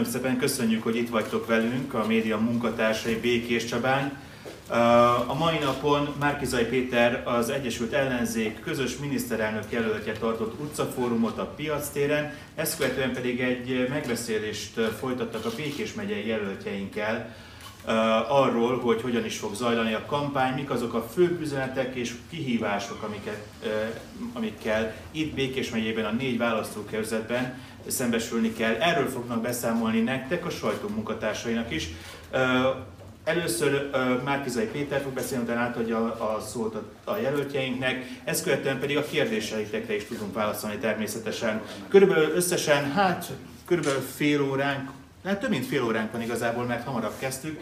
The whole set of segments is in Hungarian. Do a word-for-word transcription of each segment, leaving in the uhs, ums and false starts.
Nagyon szépen köszönjük, hogy itt vagytok velünk, a média munkatársai Békés Csabán. A mai napon Márki-Zay Péter, az Egyesült Ellenzék közös miniszterelnök jelöltje tartott utcafórumot a Piactéren, ezt követően pedig egy megbeszélést folytattak a Békés megyei jelöltjeinkkel arról, hogy hogyan is fog zajlani a kampány, mik azok a fő üzenetek és kihívások, amiket, amikkel itt Békés megyében, a négy választókörzetben szembesülni kell. Erről fognak beszámolni nektek, a sajtó munkatársainak is. Először Márki-Zay Péter fog beszélni, utána átadja a szót a jelöltjeinknek, ezt követően pedig a kérdéseitekre is tudunk válaszolni természetesen. Körülbelül összesen, hát körülbelül fél óránk, hát több mint fél óránk van igazából, mert hamarabb kezdtük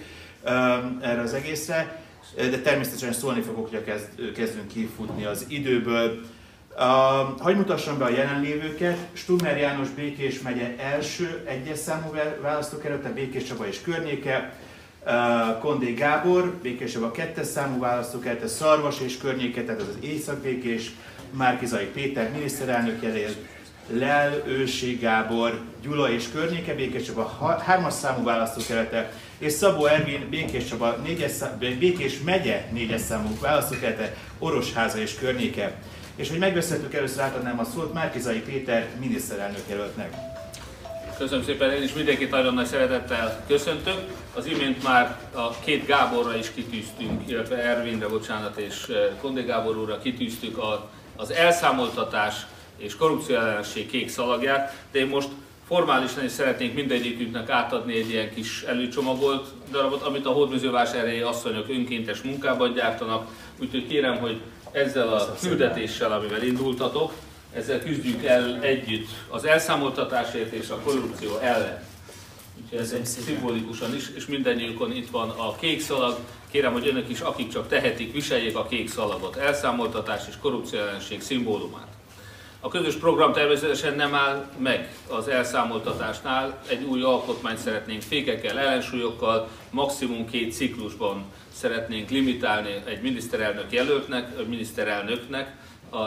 erre az egészre, de természetesen szólni fogok, hogy kezd, kezdünk kifutni az időből. Uh, hagy mutassam be a jelenlévőket. Stumer János, Békés megye első egyes számú választókerülete, Békés Csaba és környéke. Uh, Kondé Gábor, Békés Csaba kettes számú választókerülete, Szarvas és környéke, tehát az az Észak-Békés. Márki-Zay Péter miniszterelnök jelölt, Lel, Ősi Gábor, Gyula és környéke, Békés Csaba hármas számú választókerülete, és Szabó Ervin, Békés Csaba négyes, Békés megye négyes számú választókerülete, Orosháza és környéke. És hogy megbeszéltük, először átadnám a szót Márki-Zay Péter miniszterelnök jelöltnek. Köszönöm szépen, én is mindenkit nagyon nagy szeretettel köszöntök. Az imént már a két Gáborra is kitűztünk, illetve Ervinre, bocsánat, és Kondé Gábor úrra kitűztük a, az elszámoltatás és korrupció ellenesség kék szalagját, de én most formálisan is szeretnénk mindegyikünknek átadni egy ilyen kis előcsomagolt darabot, amit a hódmezővásárhelyi asszonyok önkéntes munkában gyártanak, úgyhogy kérem, hogy ezzel a küldetéssel, amivel indultatok, ezzel küzdjük el együtt az elszámoltatásért és a korrupció ellen. Úgyhogy ez egy szimbolikusan is, és mindennyiukon itt van a kék szalag. Kérem, hogy önök is, akik csak tehetik, viseljék a kék szalagot. Elszámoltatás és korrupció ellenség szimbólumát. A közös program természetesen nem áll meg az elszámoltatásnál. Egy új alkotmányt szeretnénk fékekkel, ellensúlyokkal, maximum két ciklusban szeretnénk limitálni egy miniszterelnök jelöltnek, egy miniszterelnöknek a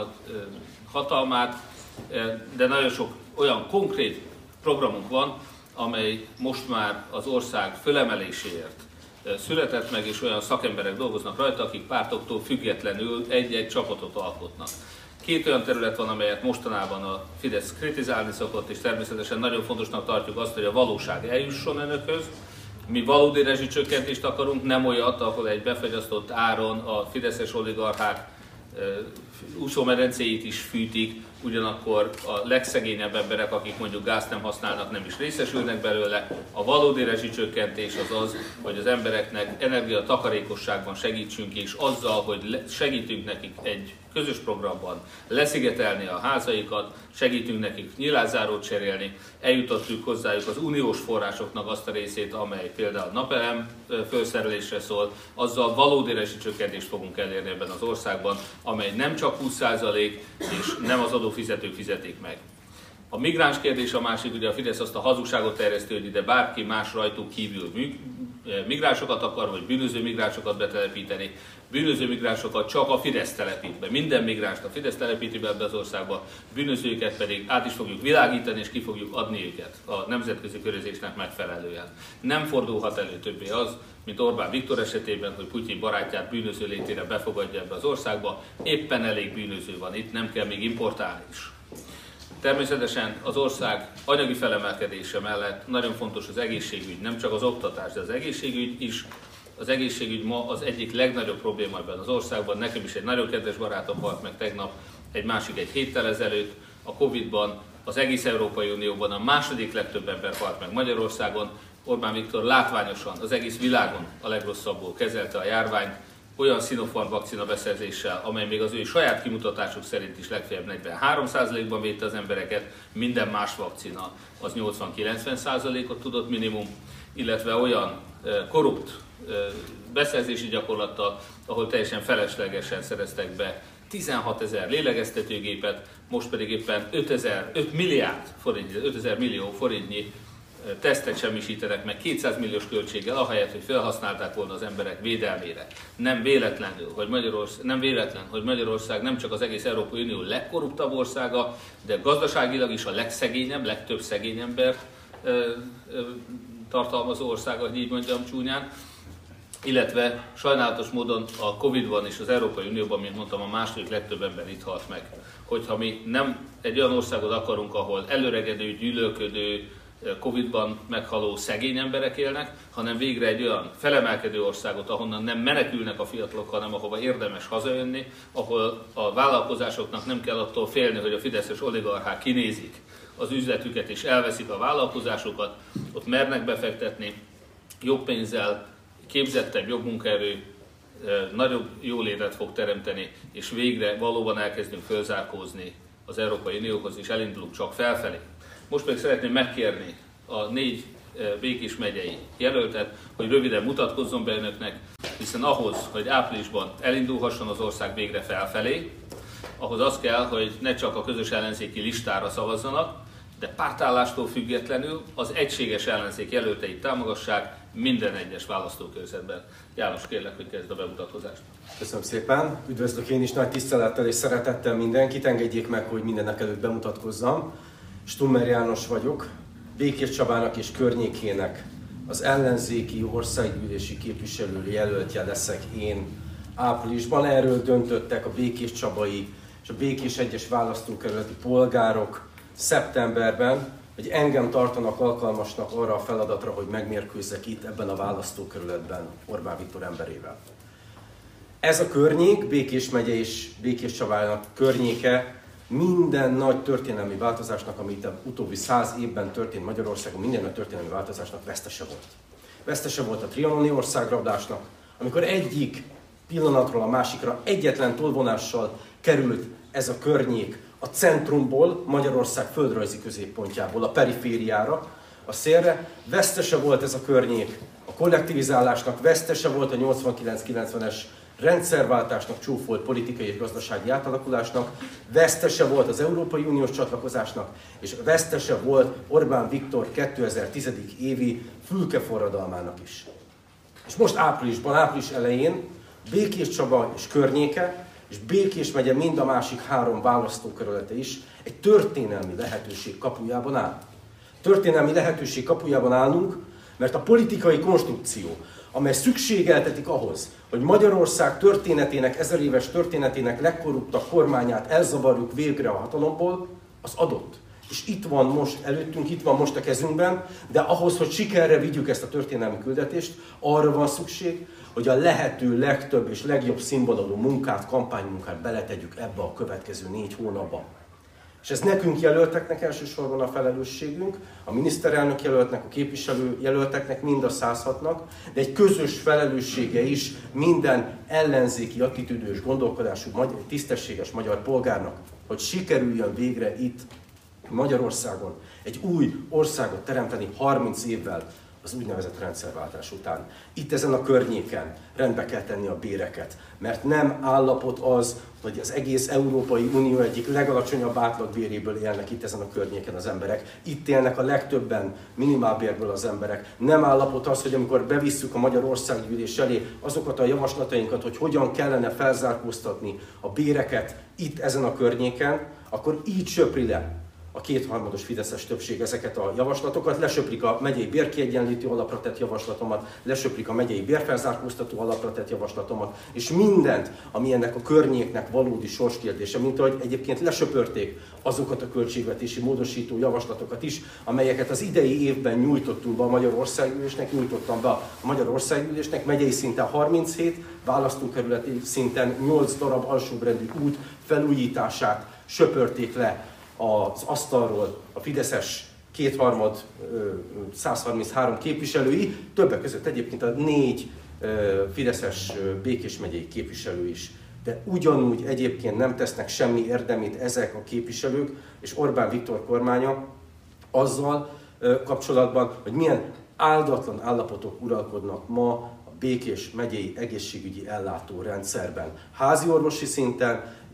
hatalmát, de nagyon sok olyan konkrét programunk van, amely most már az ország fölemeléséért született meg, és olyan szakemberek dolgoznak rajta, akik pártoktól függetlenül egy-egy csapatot alkotnak. Két olyan terület van, amelyet mostanában a Fidesz kritizálni szokott, és természetesen nagyon fontosnak tartjuk azt, hogy a valóság eljusson önökhöz. Mi valódi rezsicsökkentést akarunk, nem olyat, ahol egy befagyasztott áron a fideszes oligarchák úszómedencéit is fűtik, ugyanakkor a legszegényebb emberek, akik mondjuk gázt nem használnak, nem is részesülnek belőle. A valódi rezsicsökkentés az az, hogy az embereknek energiatakarékosságban segítsünk, és azzal, hogy segítünk nekik egy közös programban leszigetelni a házaikat, segítünk nekik nyilázárót cserélni, eljutottuk hozzájuk az uniós forrásoknak azt a részét, amely például napelem felszerelésre szól, azzal valódi rezsicsökkentést fogunk elérni ebben az országban, amely nem csak húsz százalék, és nem az adófizetők fizetik meg. A migráns kérdés a másik, ugye a Fidesz azt a hazugságot terjesztő, hogy ide bárki más rajtuk kívül migránsokat akar, vagy bűnöző migránsokat betelepíteni. Bűnöző migránsokat csak a Fidesz telepít be. Minden migránst a Fidesz telepíti be ebbe az országba, bűnözőket pedig át is fogjuk világítani, és ki fogjuk adni őket a nemzetközi körözésnek megfelelően. Nem fordulhat elő többé az, mint Orbán Viktor esetében, hogy Putyin barátját bűnöző létére befogadja ebbe az országba. Éppen elég bűnöző van itt, nem kell még importálni is. Természetesen az ország anyagi felemelkedése mellett nagyon fontos az egészségügy, nem csak az oktatás, de az egészségügy is. Az egészségügy ma az egyik legnagyobb probléma ebben az országban. Nekem is egy nagyon kedves barátom halt meg tegnap, egy másik egy héttel ezelőtt. A Covid-ban az egész Európai Unióban a második legtöbb ember halt meg Magyarországon. Orbán Viktor látványosan az egész világon a legrosszabbul kezelte a járványt, olyan Sinopharm vakcina beszerzéssel, amely még az ő saját kimutatásuk szerint is legfeljebb negyvenhárom százalékban védte az embereket, minden más vakcina az nyolcvan-kilencven százalékot tudott minimum, illetve olyan korrupt beszerzési gyakorlattal, ahol teljesen feleslegesen szereztek be tizenhatezer lélegeztetőgépet, most pedig éppen öt milliárd forint, ötezer millió forintnyi tesztet semmisítenek meg kétszáz milliós költséggel, ahelyett, hogy felhasználták volna az emberek védelmére. Nem véletlenül, hogy Magyarország, nem véletlen, hogy Magyarország nem csak az egész Európai Unió legkorruptabb országa, de gazdaságilag is a legszegényebb, legtöbb szegény embert tartalmazó ország, hogy így mondjam csúnyán, illetve sajnálatos módon a Covid-ban és az Európai Unióban, mint mondtam, a második legtöbb ember itt halt meg. Hogyha mi nem egy olyan országot akarunk, ahol előregedő, gyűlölködő, Covid-ban meghaló szegény emberek élnek, hanem végre egy olyan felemelkedő országot, ahonnan nem menekülnek a fiatalok, hanem ahova érdemes hazajönni, ahol a vállalkozásoknak nem kell attól félni, hogy a fideszes oligarchák kinézik az üzletüket és elveszik a vállalkozásokat, ott mernek befektetni, jobb pénzzel, képzettebb, jobb munkaerő, nagyobb jólétet fog teremteni, és végre valóban elkezdünk fölzárkózni az Európai Unióhoz, és elindulunk csak felfelé. Most pedig szeretném megkérni a négy Békés megyei jelöltet, hogy röviden mutatkozzon be önöknek, hiszen ahhoz, hogy áprilisban elindulhasson az ország végre felfelé, ahhoz az kell, hogy ne csak a közös ellenzéki listára szavazzanak, de pártállástól függetlenül az egységes ellenzék jelölteit támogassák minden egyes választókörzetben. János, kérlek, hogy kezd a bemutatkozást. Köszönöm szépen, üdvözlök én is nagy tisztelettel és szeretettel mindenkit, engedjék meg, hogy mindenek előtt bemutatkozzam. Stummer János vagyok, Békés Csabának és környékének az ellenzéki országgyűlési képviselő jelöltje leszek én áprilisban. Erről döntöttek a Békés Csabai és a Békés egyes választókerületi polgárok szeptemberben, hogy engem tartanak alkalmasnak arra a feladatra, hogy megmérkőzzek itt ebben a választókerületben Orbán Viktor emberével. Ez a környék, Békés megye és Békés Csabának környéke minden nagy történelmi változásnak, amit a utóbbi száz évben történt Magyarországon, minden nagy történelmi változásnak vesztese volt. Vesztese volt a trianoni országrablásnak, amikor egyik pillanatról a másikra egyetlen tolvonással került ez a környék a centrumból, Magyarország földrajzi középpontjából a perifériára, a szélre. Vesztese volt ez a környék a kollektivizálásnak, vesztese volt a nyolcvankilenc kilencvenes rendszerváltásnak, csúfolt politikai és gazdasági átalakulásnak, vesztese volt az Európai Uniós csatlakozásnak, és vesztese volt Orbán Viktor kétezer-tíz évi fülkeforradalmának is. És most áprilisban, április elején Békés Csaba és környéke, és Békés megye mind a másik három választókerülete is egy történelmi lehetőség kapujában áll. Történelmi lehetőség kapujában állunk, mert a politikai konstrukció, amely szükségeltetik ahhoz, hogy Magyarország történetének, ezer éves történetének legkorruptabb kormányát elzavarjuk végre a hatalomból, az adott. És itt van most előttünk, itt van most a kezünkben, de ahhoz, hogy sikerre vigyük ezt a történelmi küldetést, arra van szükség, hogy a lehető legtöbb és legjobb színvonalú munkát, kampánymunkát beletegyük ebbe a következő négy hónapba. És ez nekünk jelölteknek elsősorban a felelősségünk, a miniszterelnök jelöltnek, a képviselő jelölteknek, mind a száz hatnak, de egy közös felelőssége is minden ellenzéki, attitűdös, gondolkodású, tisztességes magyar polgárnak, hogy sikerüljön végre itt Magyarországon egy új országot teremteni harminc évvel az úgynevezett rendszerváltás után. Itt ezen a környéken rendbe kell tenni a béreket, mert nem állapot az, hogy az egész Európai Unió egyik legalacsonyabb átlagbéréből élnek itt ezen a környéken az emberek. Itt élnek a legtöbben minimálbérből az emberek. Nem állapot az, hogy amikor bevisszük a Magyar Országgyűlés elé azokat a javaslatainkat, hogy hogyan kellene felzárkóztatni a béreket itt ezen a környéken, akkor így söpri le a kétharmados fideszes többség ezeket a javaslatokat, lesöprik a megyei bérkiegyenlítő alapra tett javaslatomat, lesöprik a megyei bérfelzárkóztató alapra tett javaslatomat, és mindent, ami ennek a környéknek valódi sorskérdése, mint ahogy egyébként lesöpörték azokat a költségvetési módosító javaslatokat is, amelyeket az idei évben nyújtottunk be a Magyar Országgyűlésnek, nyújtottam be a Magyar Országgyűlésnek, megyei szinten harminchét, választókerületi szinten nyolc darab alsóbrendű út felújítását söpörték le az asztalról a fideszes kétharmad, száz harminchárom képviselői, többek között egyébként a négy fideszes Békés megyei képviselő is. De ugyanúgy egyébként nem tesznek semmi érdemét ezek a képviselők és Orbán Viktor kormánya azzal kapcsolatban, hogy milyen áldatlan állapotok uralkodnak ma a Békés megyei egészségügyi ellátórendszerben. Háziorvosi szinten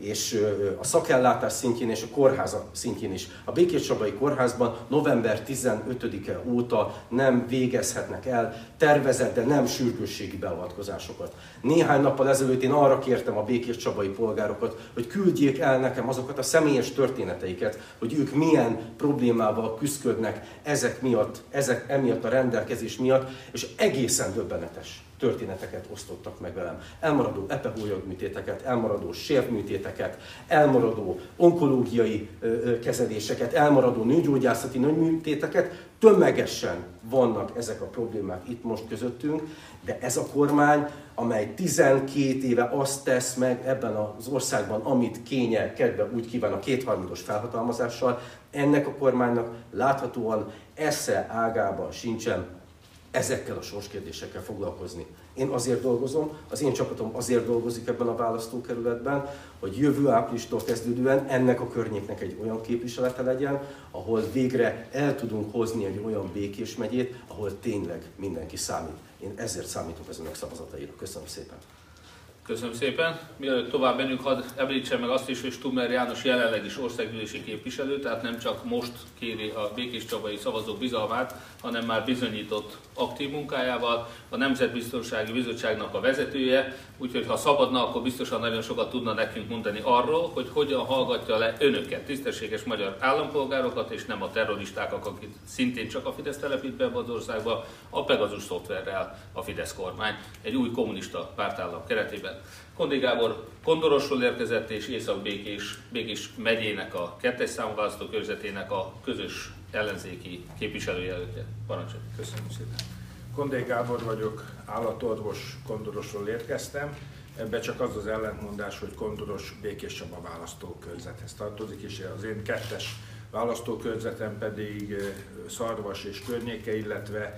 és a szakellátás szintjén és a kórház szintjén is. A Békéscsabai Kórházban november tizenötödike óta nem végezhetnek el tervezett, de nem sürgősségi beavatkozásokat. Néhány nappal ezelőtt én arra kértem a békéscsabai polgárokat, hogy küldjék el nekem azokat a személyes történeteiket, hogy ők milyen problémával küzdködnek ezek miatt, ezek emiatt a rendelkezés miatt, és egészen döbbenetes történeteket osztottak meg velem. Elmaradó epehólyagműtéteket, elmaradó sérvműtéteket, elmaradó onkológiai ö, kezeléseket, elmaradó nőgyógyászati nagyműtéteket. Tömegesen vannak ezek a problémák itt most közöttünk, de ez a kormány, amely tizenkét éve azt tesz meg ebben az országban, amit kénye, kedve úgy kíván a kétharmados felhatalmazással, ennek a kormánynak láthatóan esze ágában sincsen ezekkel a sorskérdésekkel foglalkozni. Én azért dolgozom, az én csapatom azért dolgozik ebben a választókerületben, hogy jövő áprilistól kezdődően ennek a környéknek egy olyan képviselete legyen, ahol végre el tudunk hozni egy olyan Békés megyét, ahol tényleg mindenki számít. Én ezért számítok az önök szavazataira. Köszönöm szépen! Köszönöm szépen. Mielőtt tovább megyünk, hadd említsem meg azt is, hogy Stumer János jelenleg is országgyűlési képviselő, tehát nem csak most kéri a békéscsabai szavazók bizalmát, hanem már bizonyított aktív munkájával, a Nemzetbiztonsági Bizottságnak a vezetője, úgyhogy ha szabadna, akkor biztosan nagyon sokat tudna nekünk mondani arról, hogy hogyan hallgatja le önöket, tisztességes magyar állampolgárokat, és nem a terroristákat, akik szintén csak a Fidesz telepít be az országba, a Pegasus szoftverrel a Fidesz kormány, egy új kommunista pártállam keretében. Kondé Gábor Kondorosról érkezett, és Észak-Békés Békés megyének a kettes számú választókörzetének a közös ellenzéki képviselőjelöltje. Parancsolj! Köszönöm szépen. Kondé Gábor vagyok, állatorvos, Kondorosról érkeztem. Ebben csak az az ellentmondás, hogy Kondoros Békéscsaba választókörzethez tartozik, és az én kettes választókörzetem pedig Szarvas és környéke, illetve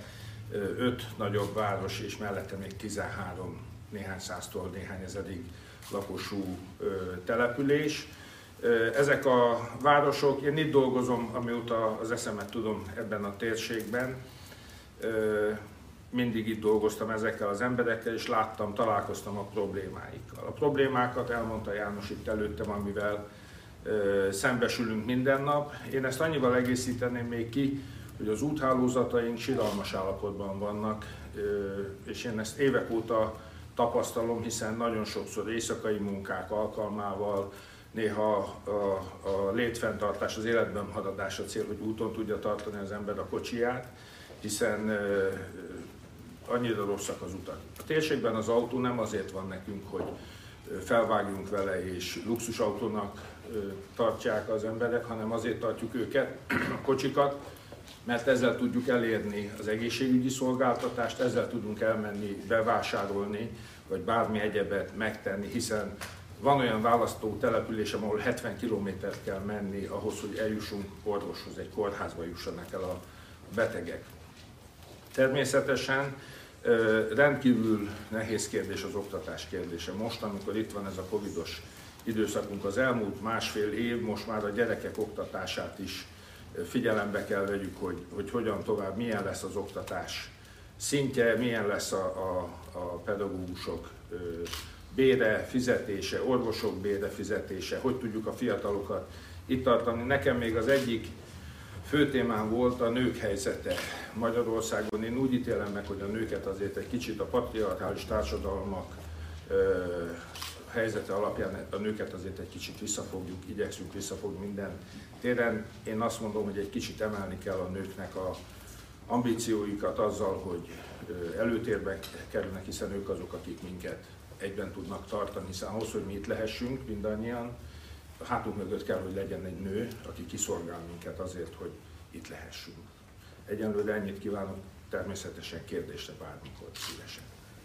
öt nagyobb város, és mellette még tizenhárom néhány száztól néhány ezedig lakosú település. Ezek a városok, én itt dolgozom, amióta az eszemet tudom ebben a térségben, mindig itt dolgoztam ezekkel az emberekkel, és láttam, találkoztam a problémáikkal. A problémákat elmondta János itt előttem, amivel szembesülünk minden nap. Én ezt annyival egészíteném még ki, hogy az úthálózataink siralmas állapotban vannak, és én ezt évek óta tapasztalom, hiszen nagyon sokszor éjszakai munkák alkalmával, néha a, a létfenntartás, az életben maradás a cél, hogy úton tudja tartani az ember a kocsiját, hiszen uh, annyira rosszak az utak. A térségben az autó nem azért van nekünk, hogy felvágjunk vele és luxusautónak uh, tartják az emberek, hanem azért tartjuk őket, a kocsikat, mert ezzel tudjuk elérni az egészségügyi szolgáltatást, ezzel tudunk elmenni, bevásárolni, vagy bármi egyebet megtenni, hiszen van olyan választó településem, ahol hetven kilométert kell menni ahhoz, hogy eljussunk orvoshoz, egy kórházba jussanak el a betegek. Természetesen rendkívül nehéz kérdés az oktatás kérdése. Most, amikor itt van ez a covidos időszakunk, az elmúlt másfél év, most már a gyerekek oktatását is figyelembe kell vegyük, hogy, hogy hogyan tovább, milyen lesz az oktatás szintje, milyen lesz a, a, a pedagógusok bére, fizetése, orvosok bére, fizetése, hogy tudjuk a fiatalokat itt tartani. Nekem még az egyik fő témám volt a nők helyzete Magyarországon. Én úgy ítélem meg, hogy a nőket azért egy kicsit a patriarchális társadalmak ö, helyzete alapján a nőket azért egy kicsit visszafogjuk, igyekszünk visszafogni minden téren. Én azt mondom, hogy egy kicsit emelni kell a nőknek a ambícióikat azzal, hogy előtérbe kerülnek, hiszen ők azok, akik minket egyben tudnak tartani, hiszen ahhoz, hogy mi itt lehessünk mindannyian, a hátunk mögött kell, hogy legyen egy nő, aki kiszolgál minket azért, hogy itt lehessünk. Egyenlőre ennyit kívánok, természetesen kérdésre bármikor szívesen.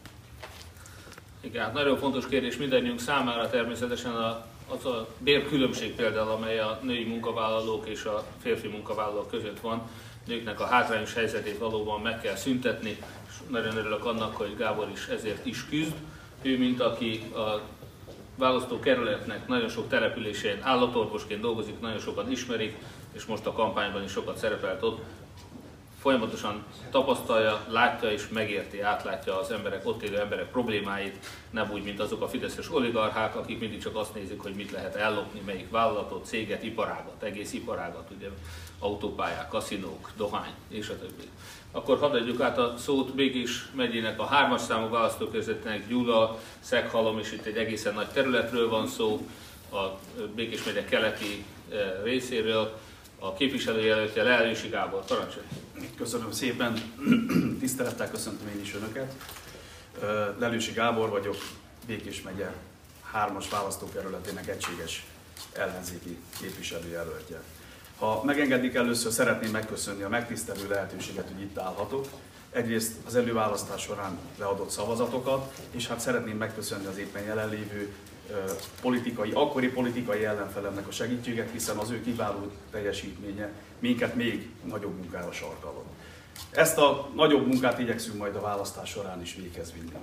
Igen, nagyon fontos kérdés mindannyiunk számára természetesen a, az a bérkülönbség például, amely a női munkavállalók és a férfi munkavállalók között van. Nőknek a hátrányos helyzetét valóban meg kell szüntetni, és nagyon örülök annak, hogy Gábor is ezért is küzd. Ő, mint aki a választókerületnek nagyon sok településén állatorvosként dolgozik, nagyon sokan ismerik, és most a kampányban is sokat szerepelt ott. folyamatosan tapasztalja, látja és megérti, átlátja az emberek, ott élő emberek problémáit, nem úgy, mint azok a fideszes oligarchák, akik mindig csak azt nézik, hogy mit lehet ellopni, melyik vállalatot, céget, iparágat, egész iparágat, ugye autópályák, kaszinók, dohány és a többi. Akkor hadd adjuk át a szót Békés megyének a hármas számú választókörzetének, Gyula, Szeghalom, és itt egy egészen nagy területről van szó, a Békés megye keleti részéről. A képviselőjelöltje Lelősi Gábor, parancsolj! Köszönöm szépen, tisztelettel köszöntöm én is Önöket. Lelősi Gábor vagyok, Békés megye hármas választókerületének egységes ellenzéki képviselőjelöltje. Ha megengedik, először szeretném megköszönni a megtisztelő lehetőséget, hogy itt állhatok. Egyrészt az előválasztás során leadott szavazatokat, és hát szeretném megköszönni az éppen jelenlévő politikai, akkori politikai ellenfelemnek a segítséget, hiszen az ő kiváló teljesítménye minket még nagyobb munkára sarkalod. Ezt a nagyobb munkát igyekszünk majd a választás során is véghez vinni.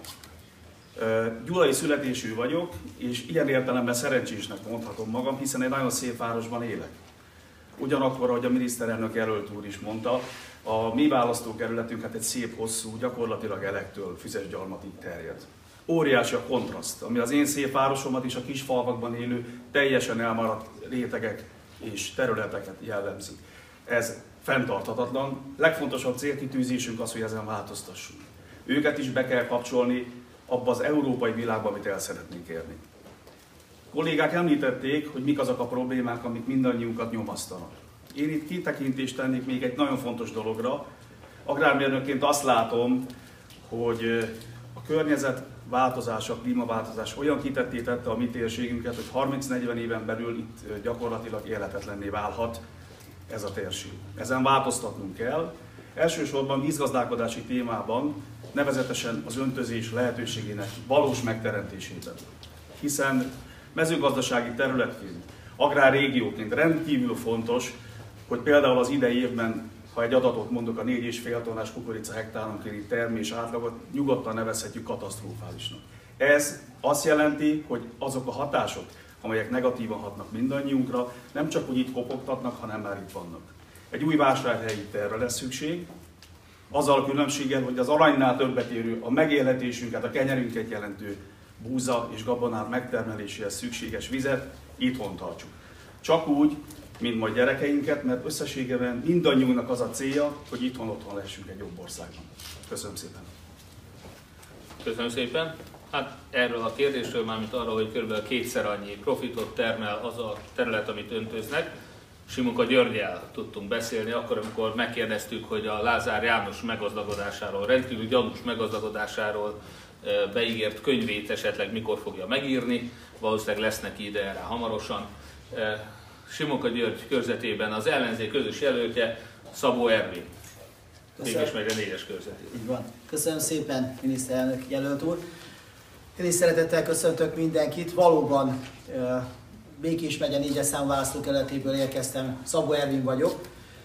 Gyulai születésű vagyok, és ilyen értelemben szerencsésnek mondhatom magam, hiszen egy nagyon szép városban élek. Ugyanakkor, ahogy a miniszterelnök jelölt úr is mondta, a mi választókerületünk hát egy szép, hosszú, gyakorlatilag Elektől Füzesgyarmatig terjed. Óriási a kontraszt, ami az én szép városomat is a kis falvakban élő, teljesen elmaradt rétegek és területeket jellemzi. Ez fenntarthatatlan. Legfontosabb célkitűzésünk az, hogy ezen változtassunk. Őket is be kell kapcsolni abba az európai világba, amit el szeretnénk érni. A kollégák említették, hogy mik azok a problémák, amik mindannyiunkat nyomasztanak. Én itt kitekintést tennék még egy nagyon fontos dologra. Agrármérnökként azt látom, hogy a környezet változása, a klímaváltozás olyan kitetté tette a mi térségünket, hogy harminc-negyven éven belül itt gyakorlatilag élhetetlenné válhat ez a térség. Ezen változtatnunk kell. Elsősorban vízgazdálkodási témában, nevezetesen az öntözés lehetőségének valós megteremtésében. Hiszen mezőgazdasági területként, agrárrégióként rendkívül fontos, hogy például az idei évben, ha egy adatot mondok, a négy és fél tonnás kukorica hektáronkénti termés átlagot nyugodtan nevezhetjük katasztrofálisnak. Ez azt jelenti, hogy azok a hatások, amelyek negatívan hatnak mindannyiunkra, nem csak úgy itt kopogtatnak, hanem már itt vannak. Egy új vásárhelyi tervre lesz szükség, azzal a különbséggel, hogy az aranynál többet érő, a megélhetésünket, a kenyerünket jelentő búza és gabonár megtermeléséhez szükséges vizet itthon tartsuk. Csak úgy, mint majd gyerekeinket, mert összességében mindannyiunknak az a célja, hogy itthon otthon lehessünk egy jobb országban. Köszönöm szépen! Köszönöm szépen! Hát erről a kérdésről, mármint arról, hogy kb. kétszer annyi profitot termel az a terület, amit öntöznek, Simonka Györggyel tudtunk beszélni, akkor, amikor megkérdeztük, hogy a Lázár János meggazdagodásáról, rendkívül gyanús meggazdagodásáról beígért könyvét esetleg mikor fogja megírni, valószínűleg lesz neki ide erre hamarosan. Simonka György körzetében az ellenzék közös jelöltje Szabó Ervin. Békés megye négyes körzetében. Így van. Köszönöm szépen, miniszterelnök jelölt úr. Én is szeretettel köszöntök mindenkit. Valóban Békés megye négyes számú választókerületéből érkeztem, Szabó Ervin vagyok.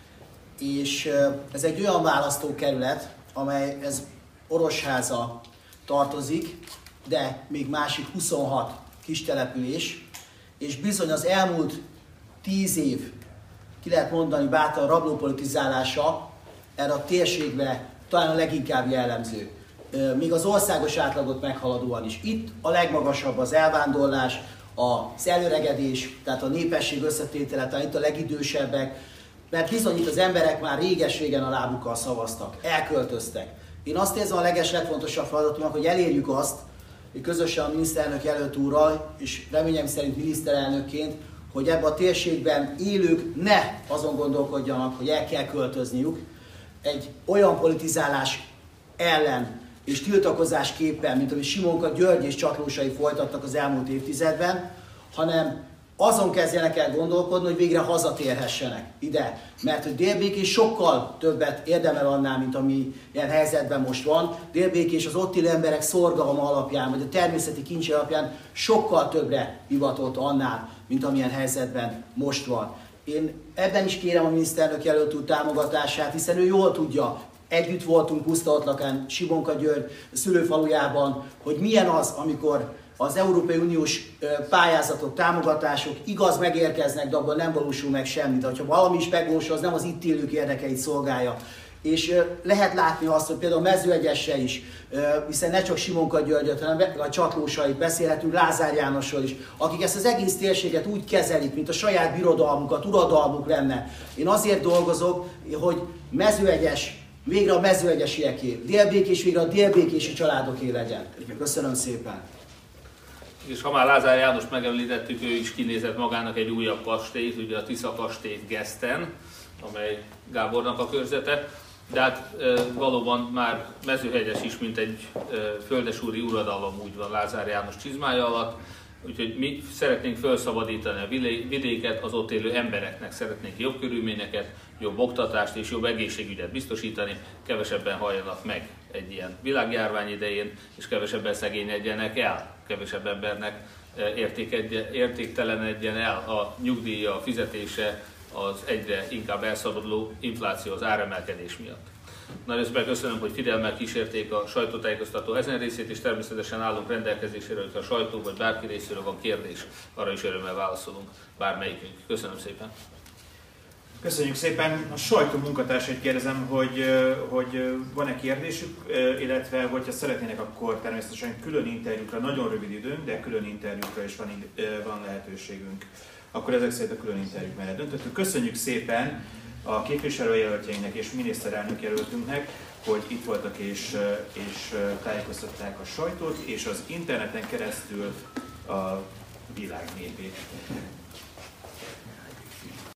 És ez egy olyan választókerület, amely ez Orosháza tartozik, de még másik huszonhat kis település, és bizony az elmúlt tíz év, ki lehet mondani bátran rablópolitizálása erre a térségbe talán a leginkább jellemző. Még az országos átlagot meghaladóan is. Itt a legmagasabb az elvándorlás, az előregedés, tehát a népesség összetétele, tehát itt a legidősebbek, mert bizony itt az emberek már réges-régen a lábukkal szavaztak, elköltöztek. Én azt érzem a leges legfontosabb feladatunknak, hogy elérjük azt, hogy közösen a miniszterelnök jelölt úrral, és reményem szerint miniszterelnökként, hogy ebben a térségben élők ne azon gondolkodjanak, hogy el kell költözniük, egy olyan politizálás ellen és tiltakozásképpen, mint amit Simonka György és csatlósai folytattak az elmúlt évtizedben, hanem azon kezdjenek el gondolkodni, hogy végre hazatérhessenek ide. Mert hogy Dél-Békés sokkal többet érdemel annál, mint ami ilyen helyzetben most van. Dél-Békés az ott élő emberek szorgalma alapján, vagy a természeti kincs alapján sokkal többre hivatott annál, mint amilyen helyzetben most van. Én ebben is kérem a miniszterelnök jelölt úr támogatását, hiszen ő jól tudja, együtt voltunk Pusztaotlakán, Simonka György szülőfalujában, hogy milyen az, amikor az Európai Uniós pályázatok, támogatások igaz megérkeznek, de abban nem valósul meg semmi. De ha valami is megvalósul, az nem az itt élők érdekeit szolgálja. És lehet látni azt, hogy például Mezőegyesre is, hiszen ne csak Simonka Györgyöt, hanem a Csatlósait beszélhetünk, Lázár Jánosról is, akik ezt az egész térséget úgy kezelik, mint a saját birodalmukat, uradalmuk lenne. Én azért dolgozok, hogy Mezőegyes végre a mezőegyesieké, Délbékés végre a délbékési családoké legyen. Köszönöm szépen! És ha már Lázár Jánost megemlítettük, ő is kinézett magának egy újabb kastélyt, ugye a Tisza kastélyt Geszten, amely Gábornak a körzete, de hát e, valóban már Mezőhegyes is, mint egy e, földesúri uradalom úgy van Lázár János csizmája alatt, úgyhogy mi szeretnénk felszabadítani a vidéket, az ott élő embereknek szeretnénk jobb körülményeket, jobb oktatást és jobb egészségügyet biztosítani, kevesebben halljanak meg egy ilyen világjárvány idején, és kevesebben szegényedjenek el, kevesebb embernek értéktelenedjen el a nyugdíja, a fizetése, az egyre inkább elszabaduló infláció, az áremelkedés miatt. Nagyon szépen köszönöm, hogy figyelemmel kísérték a sajtótájékoztató ezen részét, és természetesen állunk rendelkezésére, hogyha a sajtó vagy bárki részéről van kérdés, arra is örömmel válaszolunk bármelyikünk. Köszönöm szépen! Köszönjük szépen! A sajtó munkatársait kérdezem, hogy, hogy van-e kérdésük, illetve hogyha szeretnének, akkor természetesen külön interjúkra, nagyon rövid időn, de külön interjúkra is van, van lehetőségünk. Akkor ezek szerint a külön interjúk mellett döntöttük. Köszönjük szépen a képviselőjelöltjeinknek és miniszterelnök jelöltünknek, hogy itt voltak és, és tájékoztatták a sajtót, és az interneten keresztül a világ népét.